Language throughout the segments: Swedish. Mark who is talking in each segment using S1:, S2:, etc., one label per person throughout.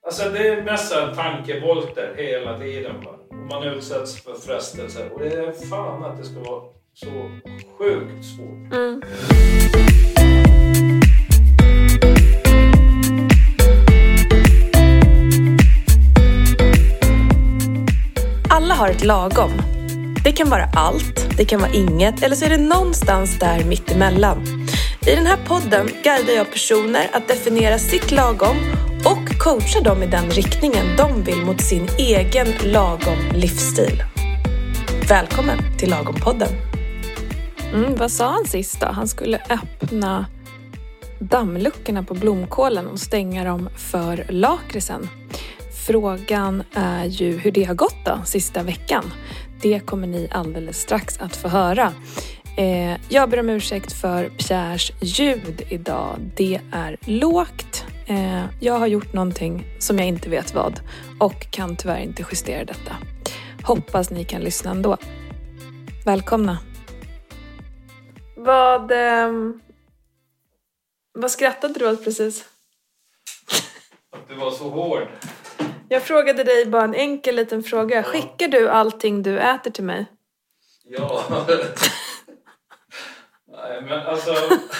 S1: Alltså det är mest tankevolter hela tiden. Va? Och man utsätts för frestelser. Och det är fan att det ska vara så sjukt svårt.
S2: Mm. Alla har ett lagom. Det kan vara allt, det kan vara inget eller så är det någonstans där mittemellan. I den här podden guidar jag personer att definiera sitt lagom och coachar dem i den riktningen de vill mot sin egen lagom livsstil. Välkommen till Lagom-podden. Vad sa han sist då? Han skulle öppna dammluckorna på blomkålen och stänga dem för lakritsen. Frågan är ju hur det har gått då sista veckan. Det kommer ni alldeles strax att få höra. Jag ber om ursäkt för Pierres ljud idag. Det är lågt. Jag har gjort någonting som jag inte vet vad och kan tyvärr inte justera detta. Hoppas ni kan lyssna ändå. Välkomna. Vad skrattade du åt precis?
S1: Att du var så hård.
S2: Jag frågade dig bara en enkel liten fråga. Ja. Skickar du allting du äter till mig?
S1: Ja. Nej, men alltså...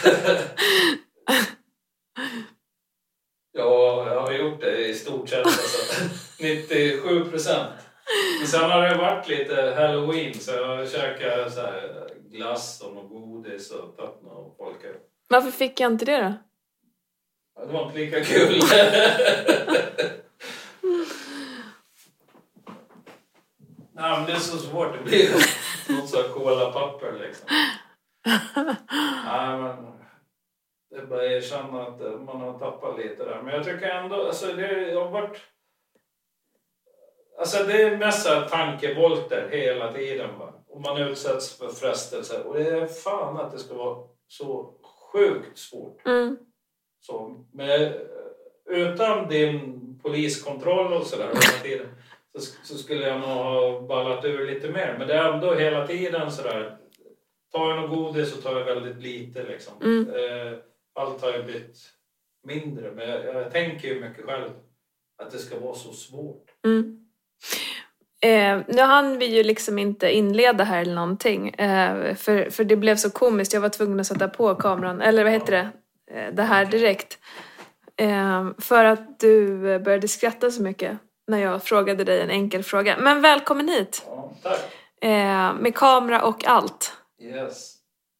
S1: ja, jag har gjort det i stort sett. Alltså, 97%. Men sen har det varit lite Halloween. Så jag käkar så här glass och något godis och tappna och folka.
S2: Varför fick jag inte det då?
S1: Ja, det var inte lika kul. Nej, men det är så svårt. Det blir något så här kolapapper liksom. Nej, men det är bara att erkänna att man har tappat lite där. Men jag tycker ändå, alltså det har varit... Alltså det är mest tankevolter hela tiden. Va? Och man utsätts för frestelser. Och det är fan att det ska vara så sjukt svårt.
S2: Mm.
S1: Så, men utan din poliskontroll och sådär hela tiden så skulle jag nog ha ballat ur lite mer. Men det är ändå hela tiden sådär. Tar jag något godis så tar jag väldigt lite liksom. Allt har ju blivit mindre. Men jag tänker ju mycket själv att det ska vara så svårt.
S2: Mm. Nu hann vi ju liksom inte inleda här eller någonting. För det blev så komiskt. Jag var tvungen att sätta på kameran. Eller vad heter det? Det här direkt. För att du började skratta så mycket när jag frågade dig en enkel fråga. Men välkommen hit.
S1: Ja, tack.
S2: Med kamera och allt.
S1: Yes.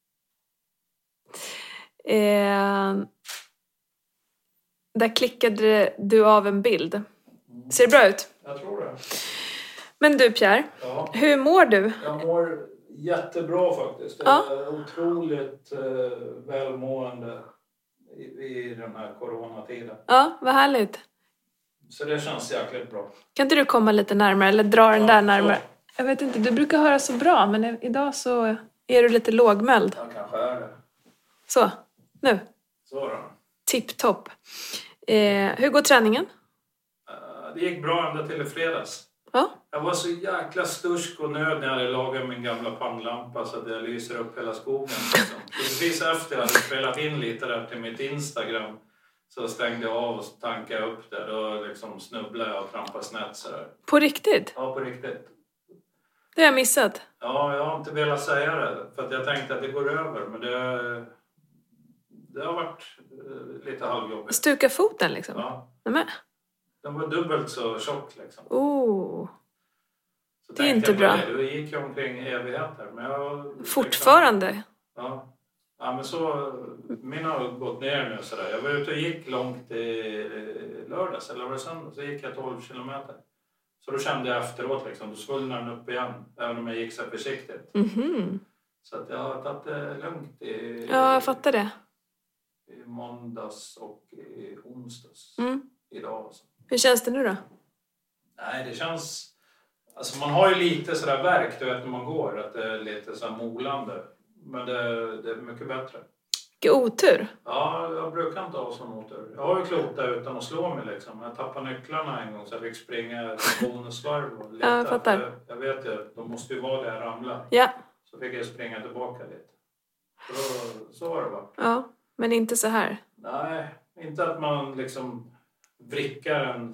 S2: Där klickade du av en bild. Ser det bra ut?
S1: Jag tror det.
S2: Men du Pierre,
S1: Ja.
S2: hur mår du?
S1: Jag mår jättebra faktiskt. Jag är otroligt välmående i den här coronatiden.
S2: Ja, vad härligt.
S1: Så det känns jäkligt bra.
S2: Kan inte du komma lite närmare eller dra den där närmare?
S1: Så.
S2: Jag vet inte, du brukar höra så bra men idag så är du lite lågmäld.
S1: Jag kanske är det.
S2: Så, nu.
S1: Så då.
S2: Tipptopp. Hur går träningen?
S1: Det gick bra ända till i fredags.
S2: Ja.
S1: Jag var så jäkla stursk och nöd när jag hade lagat min gamla pannlampa så att jag lyser upp hela skogen. Liksom. Precis efter jag hade spelat in lite där till mitt Instagram så stängde jag av och tankade upp det. Då liksom snubblade jag och trampade snett sådär.
S2: På riktigt?
S1: Ja, på riktigt.
S2: Det har jag missat.
S1: Ja, jag har inte velat säga det för att jag tänkte att det går över. Men det har varit lite halvjobbigt.
S2: Stuka foten liksom?
S1: Ja.
S2: Nämen.
S1: Den var dubbelt så tjock liksom. Så
S2: det är inte bra.
S1: Det gick ju omkring evigheter. Men
S2: fortfarande?
S1: Ja. Ja, men så... Min har gått ner nu sådär. Jag var ute och gick långt i lördags. Eller var det söndag? Så gick jag 12 kilometer. Så då kände jag efteråt liksom. Då svullnade den upp igen. Även om jag gick så försiktigt.
S2: Mm-hmm.
S1: Så att jag har tagit det lugnt
S2: ja, jag fattar det.
S1: I måndags och i onsdags. Idag alltså.
S2: Hur känns det nu då?
S1: Nej, det känns... Alltså man har ju lite sådär värk, du vet när man går. Att det är lite så här molande. Men det är mycket bättre.
S2: Vilken otur.
S1: Ja, jag brukar inte ha sån otur. Jag har ju klotat utan att slå mig liksom. Jag tappade nycklarna en gång så jag fick springa bonusvarv och leta.
S2: Ja, jag fattar.
S1: Jag vet ju, de måste ju vara där jag ramlar.
S2: Ja.
S1: Så fick jag springa tillbaka lite. Så var det bara.
S2: Ja, men inte så här.
S1: Nej, inte att man liksom vrickar en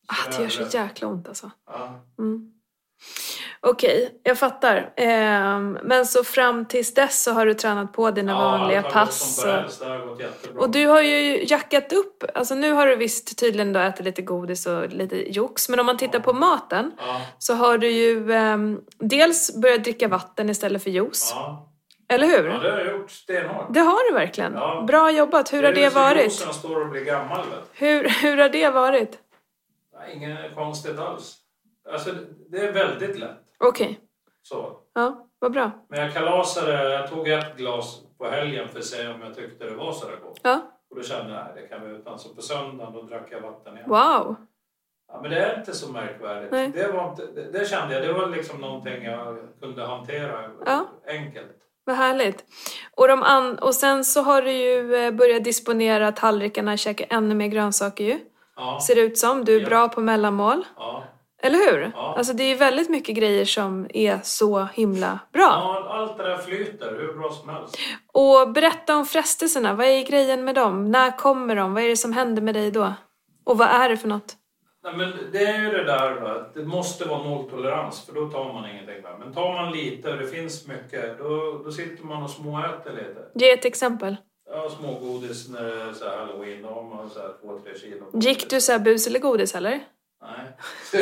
S2: Det gör så jäkla ont alltså.
S1: Ja.
S2: Okej, jag fattar. Men så fram tills dess så har du tränat på dina vanliga pass.
S1: Det har gått jättebra.
S2: Och du har ju jackat upp. Alltså nu har du visst tydligen då ätit lite godis och lite jox. Men om man tittar på maten så har du ju dels börjat dricka vatten istället för juice. Ja. Eller hur?
S1: Ja, det har jag gjort stenhårt.
S2: Det har du verkligen. Ja. Bra jobbat. Hur har det varit?
S1: Juicen står och blir gammal.
S2: Hur har det varit?
S1: Inget konstigt alls. Alltså det är väldigt lätt.
S2: Okej.
S1: Så.
S2: Ja, vad bra.
S1: Men jag tog ett glas på helgen för att se om jag tyckte det var så där gott.
S2: Ja.
S1: Och då kände jag, det kan vi utan. Så på söndagen då drack jag vatten igen.
S2: Wow.
S1: Ja, men det är inte så märkvärdigt.
S2: Nej.
S1: Det kände jag, det var liksom någonting jag kunde hantera enkelt.
S2: Vad härligt. Och sen så har du ju börjat disponera tallrikarna, käka ännu mer grönsaker ju. Ja. Ser det ut som. Du är bra på mellanmål. Ja. Eller hur? Ja. Alltså det är väldigt mycket grejer som är så himla bra.
S1: Ja, allt det där flyter hur bra som helst.
S2: Och berätta om frestelserna. Vad är grejen med dem? När kommer de? Vad är det som händer med dig då? Och vad är det för något?
S1: Nej, men det är ju det där då. Det måste vara nolltolerans. För då tar man ingenting. Men tar man lite och det finns mycket. Då sitter man och småäter lite.
S2: Ge ett exempel.
S1: Ja, smågodis när det är så här Halloween. Då har man så här 2-3 kilo.
S2: Gick du så här bus eller godis eller?
S1: Nej.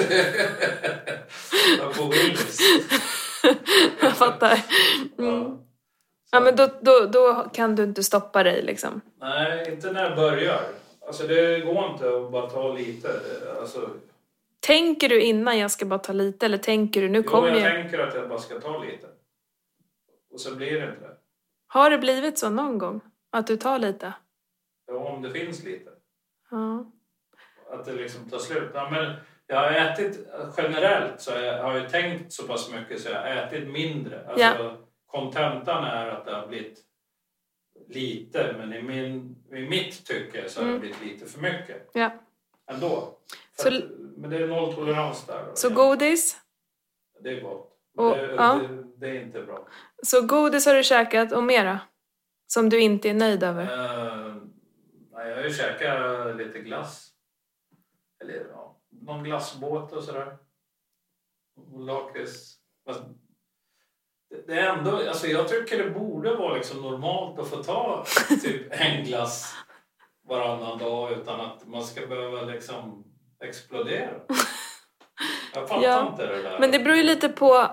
S1: Jag får Willys.
S2: Jag fattar. Ja, men då kan du inte stoppa dig liksom.
S1: Nej, inte när jag börjar. Alltså det går inte att bara ta lite. Alltså...
S2: Tänker du innan jag ska bara ta lite? Eller tänker du nu kommer jag...
S1: jag tänker att jag bara ska ta lite. Och så blir det inte det.
S2: Har det blivit så någon gång? Att du tar lite?
S1: Ja, om det finns lite.
S2: Ja.
S1: Att det liksom tar slut. Ja, men jag har ätit generellt så jag har ju tänkt så pass mycket så jag har ätit mindre. Alltså kontentan är att det har blivit lite. Men i mitt tycke så har det blivit lite för mycket.
S2: Ja.
S1: Ändå. Men det är nolltolerans där.
S2: Så godis?
S1: Det är gott.
S2: Och,
S1: det är inte bra.
S2: Så godis har du käkat och mera? Som du inte är nöjd över?
S1: Nej, jag har ju käkat lite glass. Eller någon glassbåt och sådär. Och lakrits. Det är ändå, alltså jag tycker det borde vara liksom normalt att få ta typ en glass varannan dag utan att man ska behöva liksom explodera. Jag fattar inte det där.
S2: Men det beror ju lite på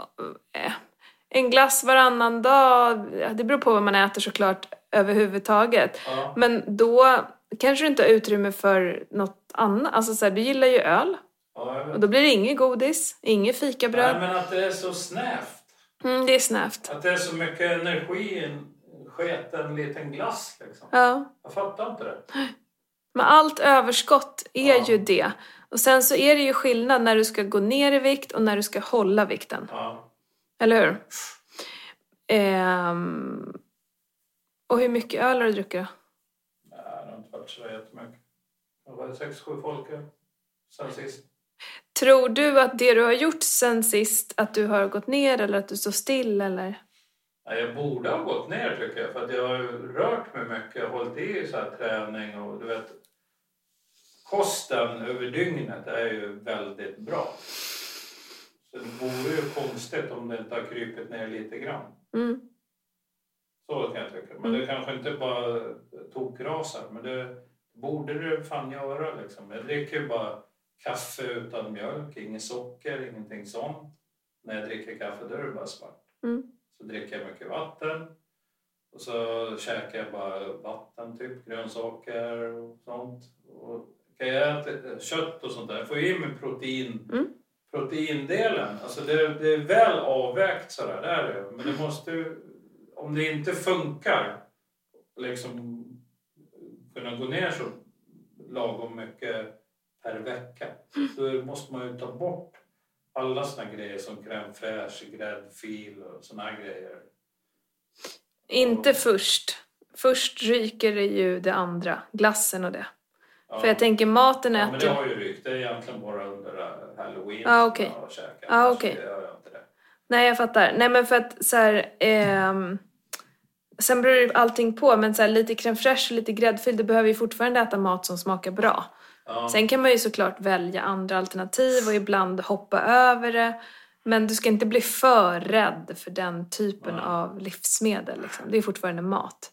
S2: en glass varannan dag. Det beror på vad man äter såklart överhuvudtaget. Ja. Men då kanske du inte har utrymme för något annat. Alltså så här, du gillar ju öl. Ja, och då blir det inget godis, inget fikabröd.
S1: Nej, men att det är så snävt.
S2: Det är snävt.
S1: Att det är så mycket energi i en sketen liten glass liksom.
S2: Ja.
S1: Jag fattar inte det.
S2: Men allt överskott är ju det. Och sen så är det ju skillnad när du ska gå ner i vikt och när du ska hålla vikten. Ja. Eller hur? Och hur mycket öl har du druckit då?
S1: Nej, det har inte varit så jättemycket. Det var 6-7 folk sen sist.
S2: Tror du att det du har gjort sen sist, att du har gått ner eller att du står still eller?
S1: Nej, jag borde ha gått ner tycker jag. För att jag har ju rört mig mycket. Jag har hållit i så här träning och du vet. Kosten över dygnet är ju väldigt bra. Så det vore ju konstigt om det inte har krypit ner lite grann. Så kan jag tycka. Men det kanske inte bara tokrasar. Men det borde det fan göra liksom. Jag dricker ju bara kaffe utan mjölk. Inget socker, ingenting sånt. När jag dricker kaffe då är det bara svart. Så dricker jag mycket vatten. Och så käkar jag bara vatten, typ grönsaker och sånt. Och kan jag äta kött och sånt där. Jag får ju in med proteindelen. Alltså det är väl avvägt sådär. Det är det. Men det måste ju, om det inte funkar liksom kunna gå ner så lagom mycket per vecka. Då måste man ju ta bort alla såna grejer som crème fraîche, gräddfil och såna här grejer.
S2: Inte först. Först ryker det ju det andra. Glassen och det. Ja. För jag tänker maten äter...
S1: men det har ju rykt. Det är egentligen bara under Halloween.
S2: Okej. Okej. Nej, jag fattar. Nej, men för att så här... sen beror ju allting på. Men så här, lite crème fraîche och lite gräddfil. Du behöver ju fortfarande äta mat som smakar bra.
S1: Ja.
S2: Sen kan man ju såklart välja andra alternativ och ibland hoppa över det. Men du ska inte bli för rädd för den typen av livsmedel. Liksom. Det är fortfarande mat.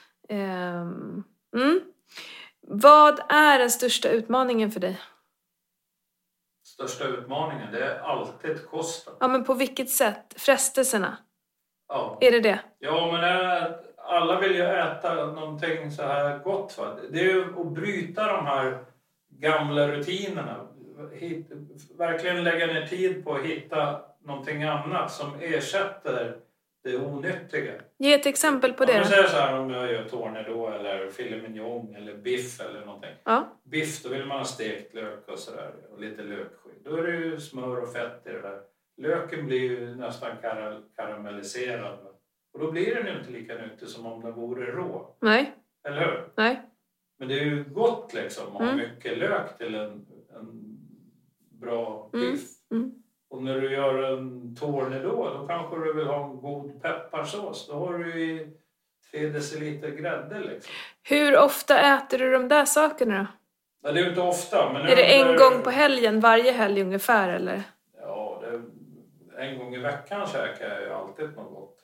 S2: Vad är den största utmaningen för dig?
S1: Största utmaningen, det är alltid kosten.
S2: Ja, men på vilket sätt? Frestelserna?
S1: Ja.
S2: Är det?
S1: Ja, men alla vill ju äta någonting så här gott. Va? Det är ju att bryta de här gamla rutinerna. Verkligen lägga ner tid på att hitta någonting annat som ersätter det onyttiga.
S2: Ge ett exempel på det.
S1: Om jag säger så här, om jag gör tourné eller filet mignon eller biff eller någonting.
S2: Ja.
S1: Biff, då vill man ha stekt lök och sådär och lite löksky. Då är det ju smör och fett i det där. Löken blir ju nästan karamelliserad. Och då blir den ju inte lika nyttig som om den vore rå.
S2: Nej.
S1: Eller hur?
S2: Nej.
S1: Men det är ju gott liksom att ha mycket lök till en bra biff. Och när du gör en tourné då kanske du vill ha en god pepparsås. Då har du ju 3 deciliter grädde liksom.
S2: Hur ofta äter du de där sakerna då?
S1: Ja, det är ju inte ofta. Men
S2: är det en gång på helgen, varje helg ungefär eller?
S1: Ja, en gång i veckan käkar jag ju alltid något gott.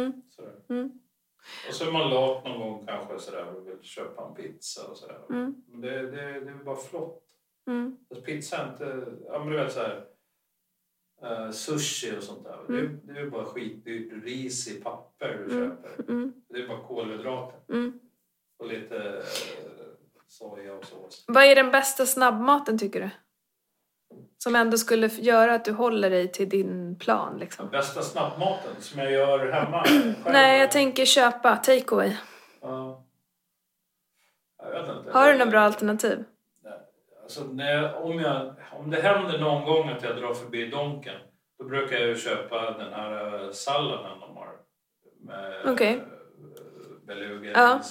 S1: Och så är man lat någon gång kanske sådär och vill köpa en pizza och sådär. Men det är bara flott. Alltså, pizza är inte, ja men du vet såhär, sushi och sånt där. Det är ju bara skitdyrt ris i papper du köper. Det är bara kolhydrater. Och lite soja och sås.
S2: Vad är den bästa snabbmaten tycker du? Som ändå skulle göra att du håller dig till din plan liksom.
S1: Den bästa snabbmaten som jag gör hemma själv.
S2: Nej, jag tänker köpa takeaway.
S1: Ja. Jag vet inte.
S2: Har du några bra alternativ?
S1: Alltså, om det händer någon gång att jag drar förbi Donken, då brukar jag ju köpa den här salladen de har. Med beluga.
S2: Ja.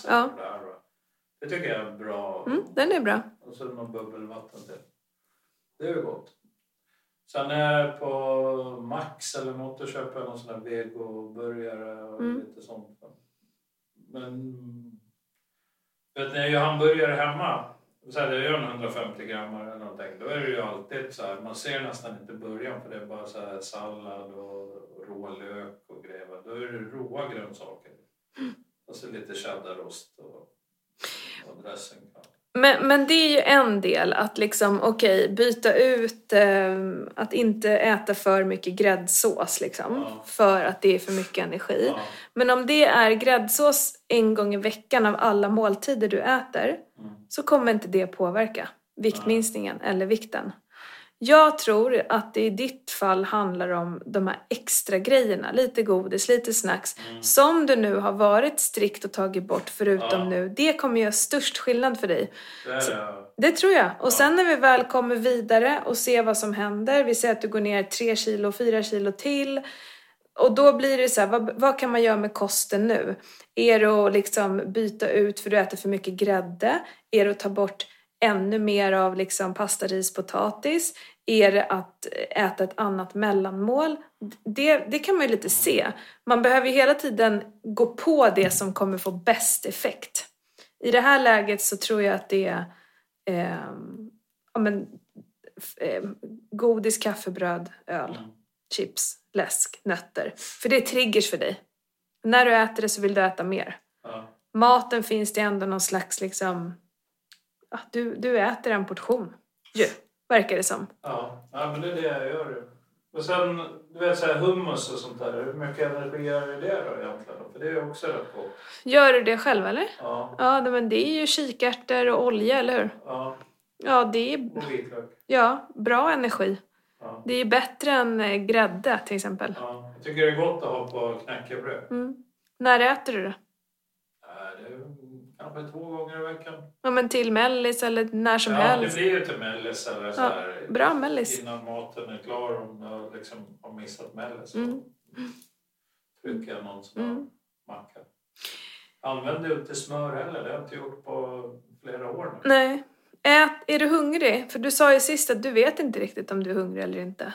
S1: Det tycker jag är bra.
S2: Den är bra.
S1: Och så någon bubbelvatten till. Det är ju gott. Sen är jag på Max eller något och köper någon sån där vegoburgare och lite sånt. Men vet ni, jag gör hamburgare hemma. Så här, jag gör en 150 gram eller någonting. Då är det ju alltid så här, man ser nästan inte början för det är bara så här sallad och rå lök och grejer. Då är det råa grönsaker. Och så lite cheddarost och dressing.
S2: Men det är ju en del att liksom, byta ut att inte äta för mycket gräddsås liksom, för att det är för mycket energi. Ja. Men om det är gräddsås en gång i veckan av alla måltider du äter så kommer inte det påverka viktminskningen eller vikten. Jag tror att det i ditt fall handlar om de här extra grejerna. Lite godis, lite snacks. Som du nu har varit strikt och tagit bort förutom nu. Det kommer göra störst skillnad för dig. Det tror jag. Och sen när vi väl kommer vidare och ser vad som händer. Vi ser att du går ner 3 kilo, 4 kilo till. Och då blir det så här, vad kan man göra med kosten nu? Är det att liksom byta ut för du äter för mycket grädde? Är det att ta bort ännu mer av liksom pasta, ris, potatis? Är det att äta ett annat mellanmål? Det kan man ju lite se. Man behöver ju hela tiden gå på det som kommer få bäst effekt. I det här läget så tror jag att det är godis, kaffebröd, öl, chips, läsk, nötter. För det är triggers för dig. När du äter det så vill du äta mer. Maten finns det ändå någon slags liksom... Ja, du äter en portion. Verkar det som.
S1: Ja, men det är det jag gör. Och sen, du vet så här hummus och sånt där. Hur mycket energi gör det då egentligen? För det är också rätt gott.
S2: Gör du det själv eller?
S1: Ja.
S2: Ja, men det är ju kikärtor och olja, eller hur?
S1: Ja.
S2: Ja, det är...
S1: Och vitlök.
S2: Ja, bra energi.
S1: Ja.
S2: Det är bättre än grädde till exempel.
S1: Ja, jag tycker det är gott att ha på knäckebröd.
S2: När äter du det?
S1: Det är kanske 2 gånger i veckan.
S2: Ja, men till mellis eller när som helst.
S1: Ja, det blir ju till mellis eller så här.
S2: Bra mellis.
S1: Innan maten är klar om jag liksom har missat mellis. Trycker jag någon som macka. Använder du inte smör heller? Det har jag inte gjort på flera år nu.
S2: Nej. Är du hungrig? För du sa ju sist att du vet inte riktigt om du är hungrig eller inte.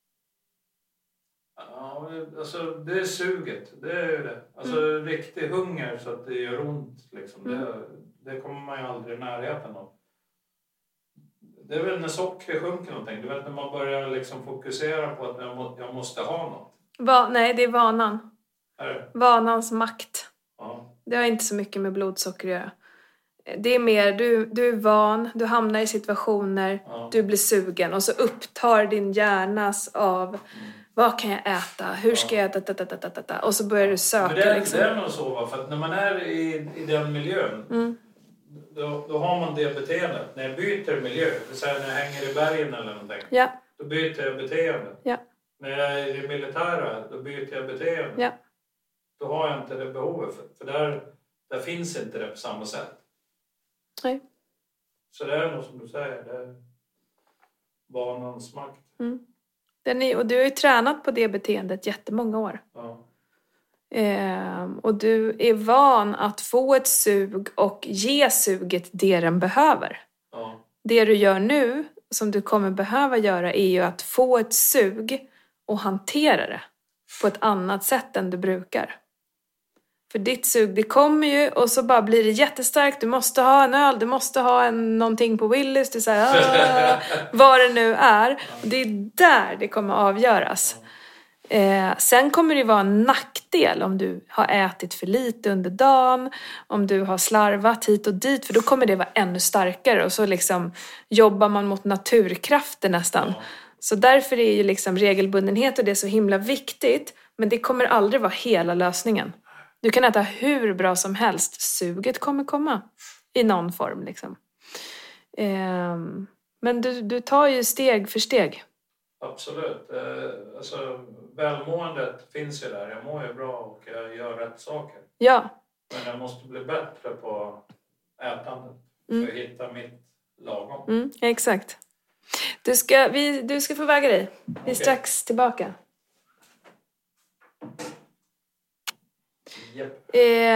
S1: Ja, alltså det är suget. Det är ju det. Alltså riktig hunger så att det gör ont liksom. Det kommer man ju aldrig i närheten av. Det är väl när sockret sjunker någonting. Du vet när man börjar liksom fokusera på att jag måste ha något.
S2: Nej, det är vanan. Vanans makt.
S1: Ja.
S2: Det har inte så mycket med blodsocker att göra. Det är mer, du är van, du hamnar i situationer, du blir sugen och så upptar din hjärnas av vad kan jag äta, hur ska jag äta, och så börjar du söka.
S1: Men det är nog så, för att när man är i den miljön då har man det beteendet. När jag byter miljö, det vill säga när jag hänger i bergen eller någonting, då byter jag beteende.
S2: Ja.
S1: När jag är i det militära, då byter jag beteende.
S2: Ja.
S1: Då har jag inte det behovet, för där finns inte det på samma sätt.
S2: Nej.
S1: Så det är nog som du säger, det är vanans makt.
S2: Och du har ju tränat på det beteendet jättemånga år.
S1: Ja.
S2: Och du är van att få ett sug och ge suget det den behöver.
S1: Ja.
S2: Det du gör nu, som du kommer behöva göra, är ju att få ett sug och hantera det på ett annat sätt än du brukar. För ditt sug, det kommer ju och så bara blir det jättestarkt. Du måste ha en öl, du måste ha någonting på Willys. Du säger vad det nu är. Och det är där det kommer avgöras. Sen kommer det vara en nackdel om du har ätit för lite under dagen. Om du har slarvat hit och dit. För då kommer det vara ännu starkare. Och så liksom jobbar man mot naturkrafter nästan. Så därför är ju liksom regelbundenhet och det så himla viktigt. Men det kommer aldrig vara hela lösningen. Du kan äta hur bra som helst. Suget kommer komma i någon form liksom. Men du tar ju steg för steg.
S1: Absolut. Alltså, välmåendet finns ju där. Jag mår ju bra och jag gör rätt saker.
S2: Ja.
S1: Men jag måste bli bättre på ätandet. För att hitta mitt lagom.
S2: Exakt. Du ska få väga dig. Vi är strax tillbaka.
S1: Yep.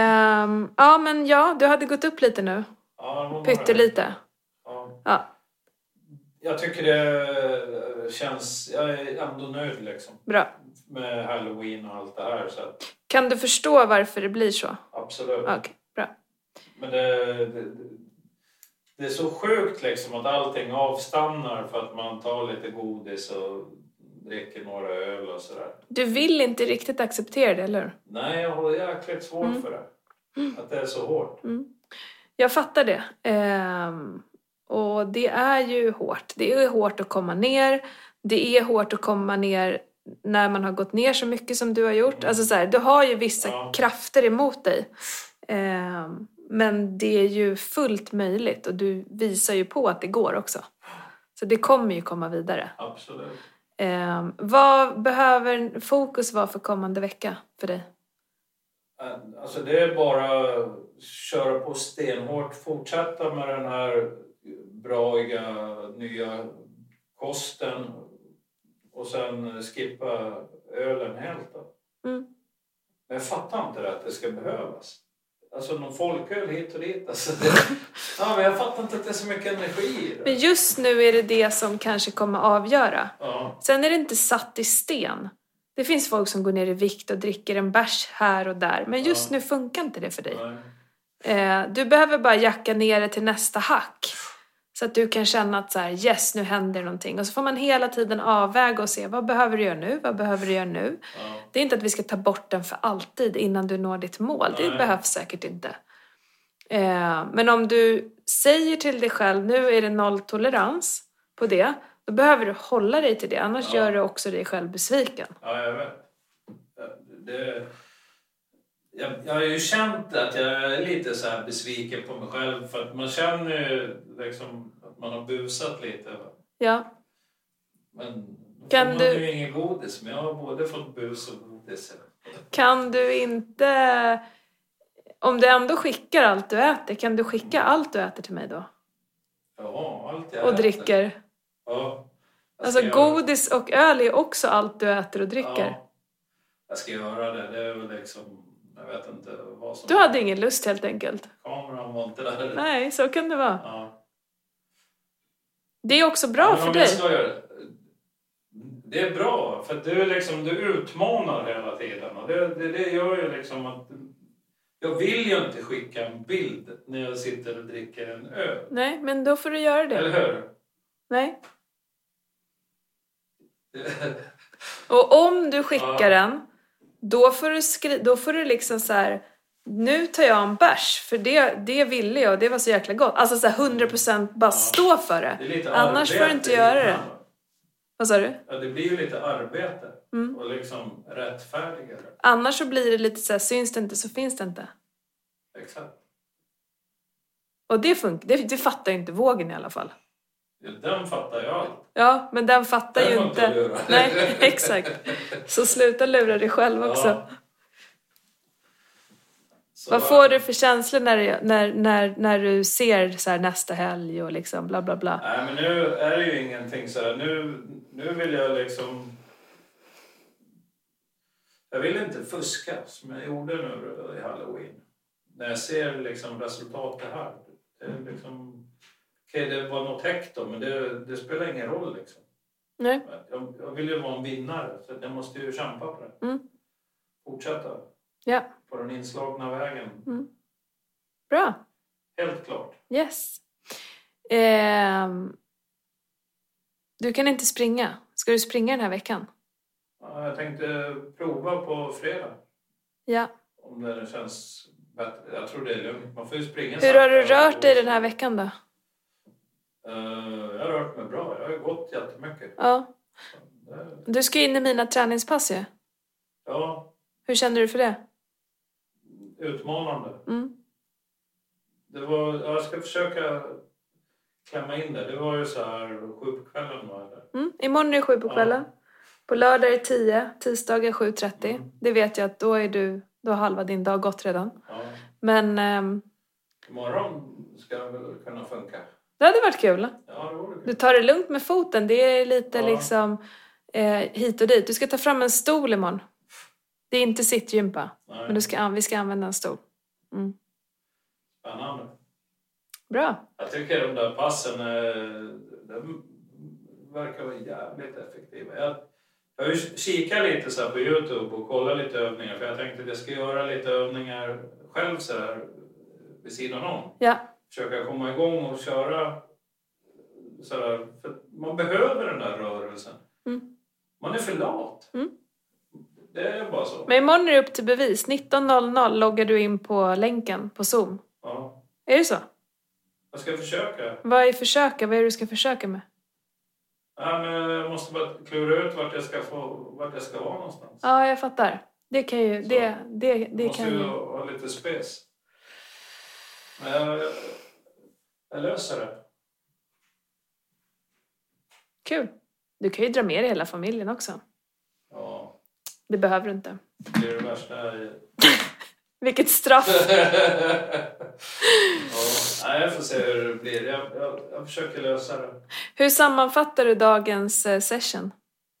S2: Du hade gått upp lite nu.
S1: Ja,
S2: pyttelite. Ja.
S1: Jag tycker det känns... Jag är ändå nöjd liksom.
S2: Bra.
S1: Med Halloween och allt det här. Så att...
S2: Kan du förstå varför det blir så?
S1: Absolut.
S2: Okej, bra.
S1: Men det är så sjukt liksom att allting avstannar för att man tar lite godis och dricker några öl och sådär. Du
S2: vill inte riktigt acceptera det, eller?
S1: Nej, jag har jäkligt svårt för det. Att det är så hårt.
S2: Jag fattar det. Och det är ju hårt. Det är hårt att komma ner. Det är hårt att komma ner när man har gått ner så mycket som du har gjort. Alltså så här, du har ju vissa krafter emot dig. Men det är ju fullt möjligt. Och du visar ju på att det går också. Så det kommer ju komma vidare.
S1: Absolut.
S2: Vad behöver fokus vara för kommande vecka för dig?
S1: Alltså det är bara köra på stenhårt. Fortsätta med den här braiga nya kosten. Och sen skippa ölen helt då. Men jag fattar inte det, att det ska behövas. Alltså någon folköl hit och dit. Alltså men jag fattar inte att det är så mycket energi i det.
S2: Men just nu är det som kanske kommer avgöra.
S1: Ja.
S2: Sen är det inte satt i sten. Det finns folk som går ner i vikt och dricker en bärs här och där. Men just nu funkar inte det för dig. Du behöver bara jacka ner det till nästa hack. Så att du kan känna att så här, yes, nu händer någonting. Och så får man hela tiden avväga och se, vad behöver du göra nu? Vad behöver du göra nu? Det är inte att vi ska ta bort den för alltid innan du når ditt mål. Det behövs säkert inte. Men om du säger till dig själv, nu är det tolerans på det. Då behöver du hålla dig till det. Annars gör du också dig själv besviken.
S1: Ja, jag vet. Jag har ju känt att jag är lite så här besviken på mig själv. För att man känner ju liksom att man har busat lite.
S2: Ja.
S1: Men man har ju ingen godis. Men jag har både fått bus och godis.
S2: Kan du inte... Om du ändå skickar allt du äter, kan du skicka allt du äter till mig då?
S1: Ja, allt jag
S2: och dricker.
S1: Ja.
S2: Alltså godis och öl är också allt du äter och dricker.
S1: Ja, jag ska göra det. Det är väl liksom... Jag vet inte vad som...
S2: Du hade ingen lust helt enkelt.
S1: Kameran var inte där.
S2: Nej, så kan det vara.
S1: Ja.
S2: Det är också bra för dig.
S1: Det är bra. För du utmanar hela tiden. Och det gör ju liksom att... Jag vill ju inte skicka en bild när jag sitter och dricker en öl.
S2: Nej, men då får du göra det.
S1: Eller hur?
S2: Nej. Och om du skickar den, då får du liksom så här, nu tar jag en bärs, för det ville jag och det var så jäkla gott. Alltså så här 100% bara stå för det. Annars får du inte göra det. Vad sa du?
S1: Ja, det blir ju lite arbete och liksom rättfärdigare.
S2: Annars så blir det lite så här, syns det inte så finns det inte.
S1: Exakt.
S2: Och det fattar inte vågen i alla fall.
S1: Ja, den fattar jag allt.
S2: Ja, men den fattar ju inte. Nej, exakt. Så sluta lura dig själv också.
S1: Ja.
S2: Vad får du för känslor när du ser så här nästa helg och liksom bla bla bla?
S1: Nej, men nu är det ju ingenting så här. Nu vill jag liksom... Jag vill inte fuska som jag gjorde nu i Halloween. När jag ser liksom resultatet här. Det är liksom... Okej, det var något häkt då, men det spelar ingen roll liksom.
S2: Nej.
S1: Jag vill ju vara en vinnare, så jag måste ju kämpa på det. Fortsätta.
S2: Ja.
S1: På den inslagna vägen.
S2: Bra.
S1: Helt klart.
S2: Yes. Du kan inte springa. Ska du springa den här veckan?
S1: Ja, jag tänkte prova på fredag.
S2: Ja.
S1: Om det känns bättre. Jag tror det är lugnt. Man får ju springa.
S2: Hur har du rört dig den här veckan då?
S1: Jag har rört mig bra. Jag har gått jättemycket.
S2: Ja. Du ska in i mina träningspass ju.
S1: Ja.
S2: Hur känner du för det?
S1: Utmanande. Jag ska försöka klämma in det. Det var ju så här 7 på kvällen var det.
S2: Imorgon är det 7 på kvällen. Ja. På lördag är det 10. Tisdag är 7:30. Det vet jag att då har halva din dag gått redan. Ja. Men...
S1: imorgon ska det väl kunna funka.
S2: Det hade varit kul.
S1: Ja, det vore kul.
S2: Du tar det lugnt med foten. Det är lite liksom hit och dit. Du ska ta fram en stol imorgon. Det är inte sittgympa. Men vi ska använda en stol.
S1: Spännande.
S2: Bra.
S1: Jag tycker de där passen de verkar vara jävligt effektiva. Jag har ju kikat lite så här på YouTube och kollat lite övningar. För jag tänkte att jag ska göra lite övningar själv så här vid sidan om.
S2: Ja.
S1: Försöka komma igång och köra så här. För man behöver den där rörelsen. Man är för lat. Det är bara så.
S2: Men imorgon är det upp till bevis. 19.00 loggar du in på länken på Zoom.
S1: Ja.
S2: Är det så?
S1: Jag ska försöka.
S2: Vad är försöka? Vad är det du ska försöka med?
S1: Ja, men jag måste bara klura ut vart jag ska vara någonstans.
S2: Ja, jag fattar. Det kan ju... Det
S1: måste
S2: kan
S1: ju ha lite spes. Men jag löser det.
S2: Kul. Du kan ju dra med dig hela familjen också.
S1: Ja.
S2: Det behöver du inte.
S1: Det är det värsta.
S2: Vilket straff.
S1: Ja, jag får se hur det blir. Jag försöker lösa det.
S2: Hur sammanfattar du dagens session?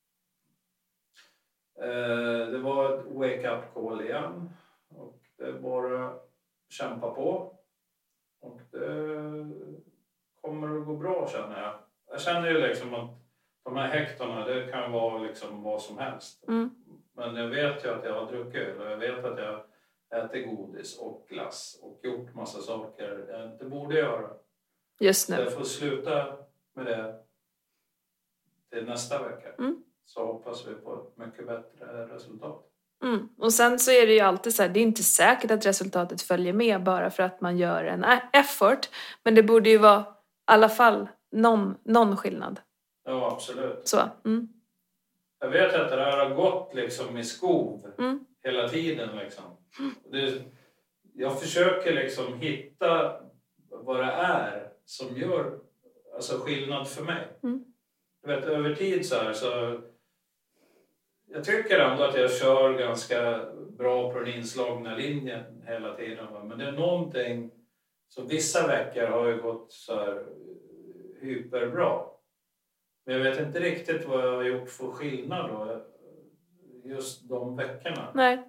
S1: Det var ett wake-up call igen. Och det bara kämpa på. Och det kommer att gå bra, känner jag. Jag känner ju liksom att de här hektarna, det kan vara liksom vad som helst. Men jag vet ju att jag har druckit öl och jag vet att jag äter godis och glass och gjort massa saker jag inte borde göra.
S2: Just nu.
S1: Så jag får sluta med det till nästa vecka. Så hoppas vi på ett mycket bättre resultat.
S2: Och sen så är det ju alltid så här, det är inte säkert att resultatet följer med bara för att man gör en effort. Men det borde ju vara i alla fall någon skillnad.
S1: Ja, absolut.
S2: Så.
S1: Jag vet att det här har gått liksom i skov hela tiden liksom. Jag försöker liksom hitta vad det är som gör alltså skillnad för mig. Jag vet, över tid så här så jag tycker ändå att jag kör ganska bra på den inslagna linjen hela tiden. Men det är någonting som vissa veckor har ju gått så här hyperbra. Men jag vet inte riktigt vad jag har gjort för skillnad då. Just de veckorna.
S2: Nej.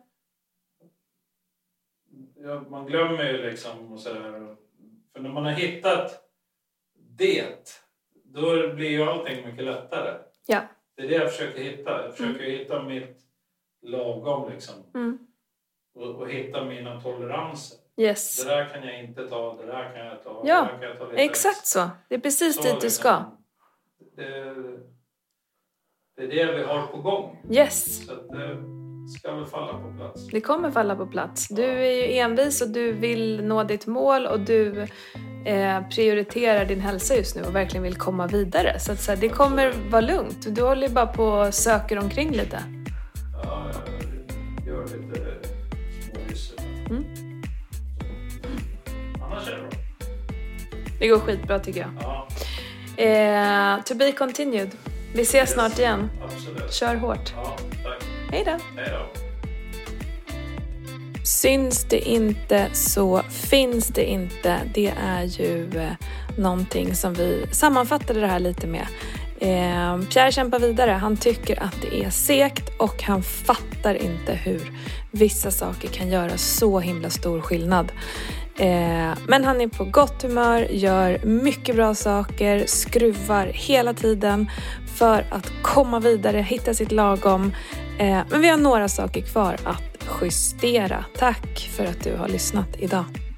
S1: Man glömmer ju liksom och sådär. För när man har hittat det, då blir ju allting mycket lättare.
S2: Ja.
S1: Det är det jag försöker hitta. Jag försöker hitta mitt lagom liksom. Och hitta mina toleranser.
S2: Yes.
S1: Det där kan jag inte ta, det där kan jag ta.
S2: Ja,
S1: det där kan jag ta lite
S2: exakt så. Det är precis
S1: så
S2: dit du
S1: liksom,
S2: ska.
S1: det är det vi har på gång.
S2: Yes.
S1: Så att det ska väl falla på plats.
S2: Det kommer falla på plats. Du är ju envis och du vill nå ditt mål och du prioriterar din hälsa just nu och verkligen vill komma vidare. Så att så här, det kommer vara lugnt. Du håller ju bara på och söker omkring lite.
S1: Ja, jag gör lite smågissel. Annars är det bra.
S2: Det går skitbra tycker jag.
S1: Ja.
S2: To be continued. Vi ses snart igen.
S1: Absolut.
S2: Kör hårt.
S1: Ja, tack.
S2: Hej då.
S1: Hej då.
S2: Syns det inte så finns det inte. Det är ju någonting som vi sammanfattade det här lite med. Pierre kämpar vidare. Han tycker att det är segt och han fattar inte hur vissa saker kan göra så himla stor skillnad. Men han är på gott humör, gör mycket bra saker, skruvar hela tiden för att komma vidare, hitta sitt lagom. Men vi har några saker kvar att justera. Tack för att du har lyssnat idag.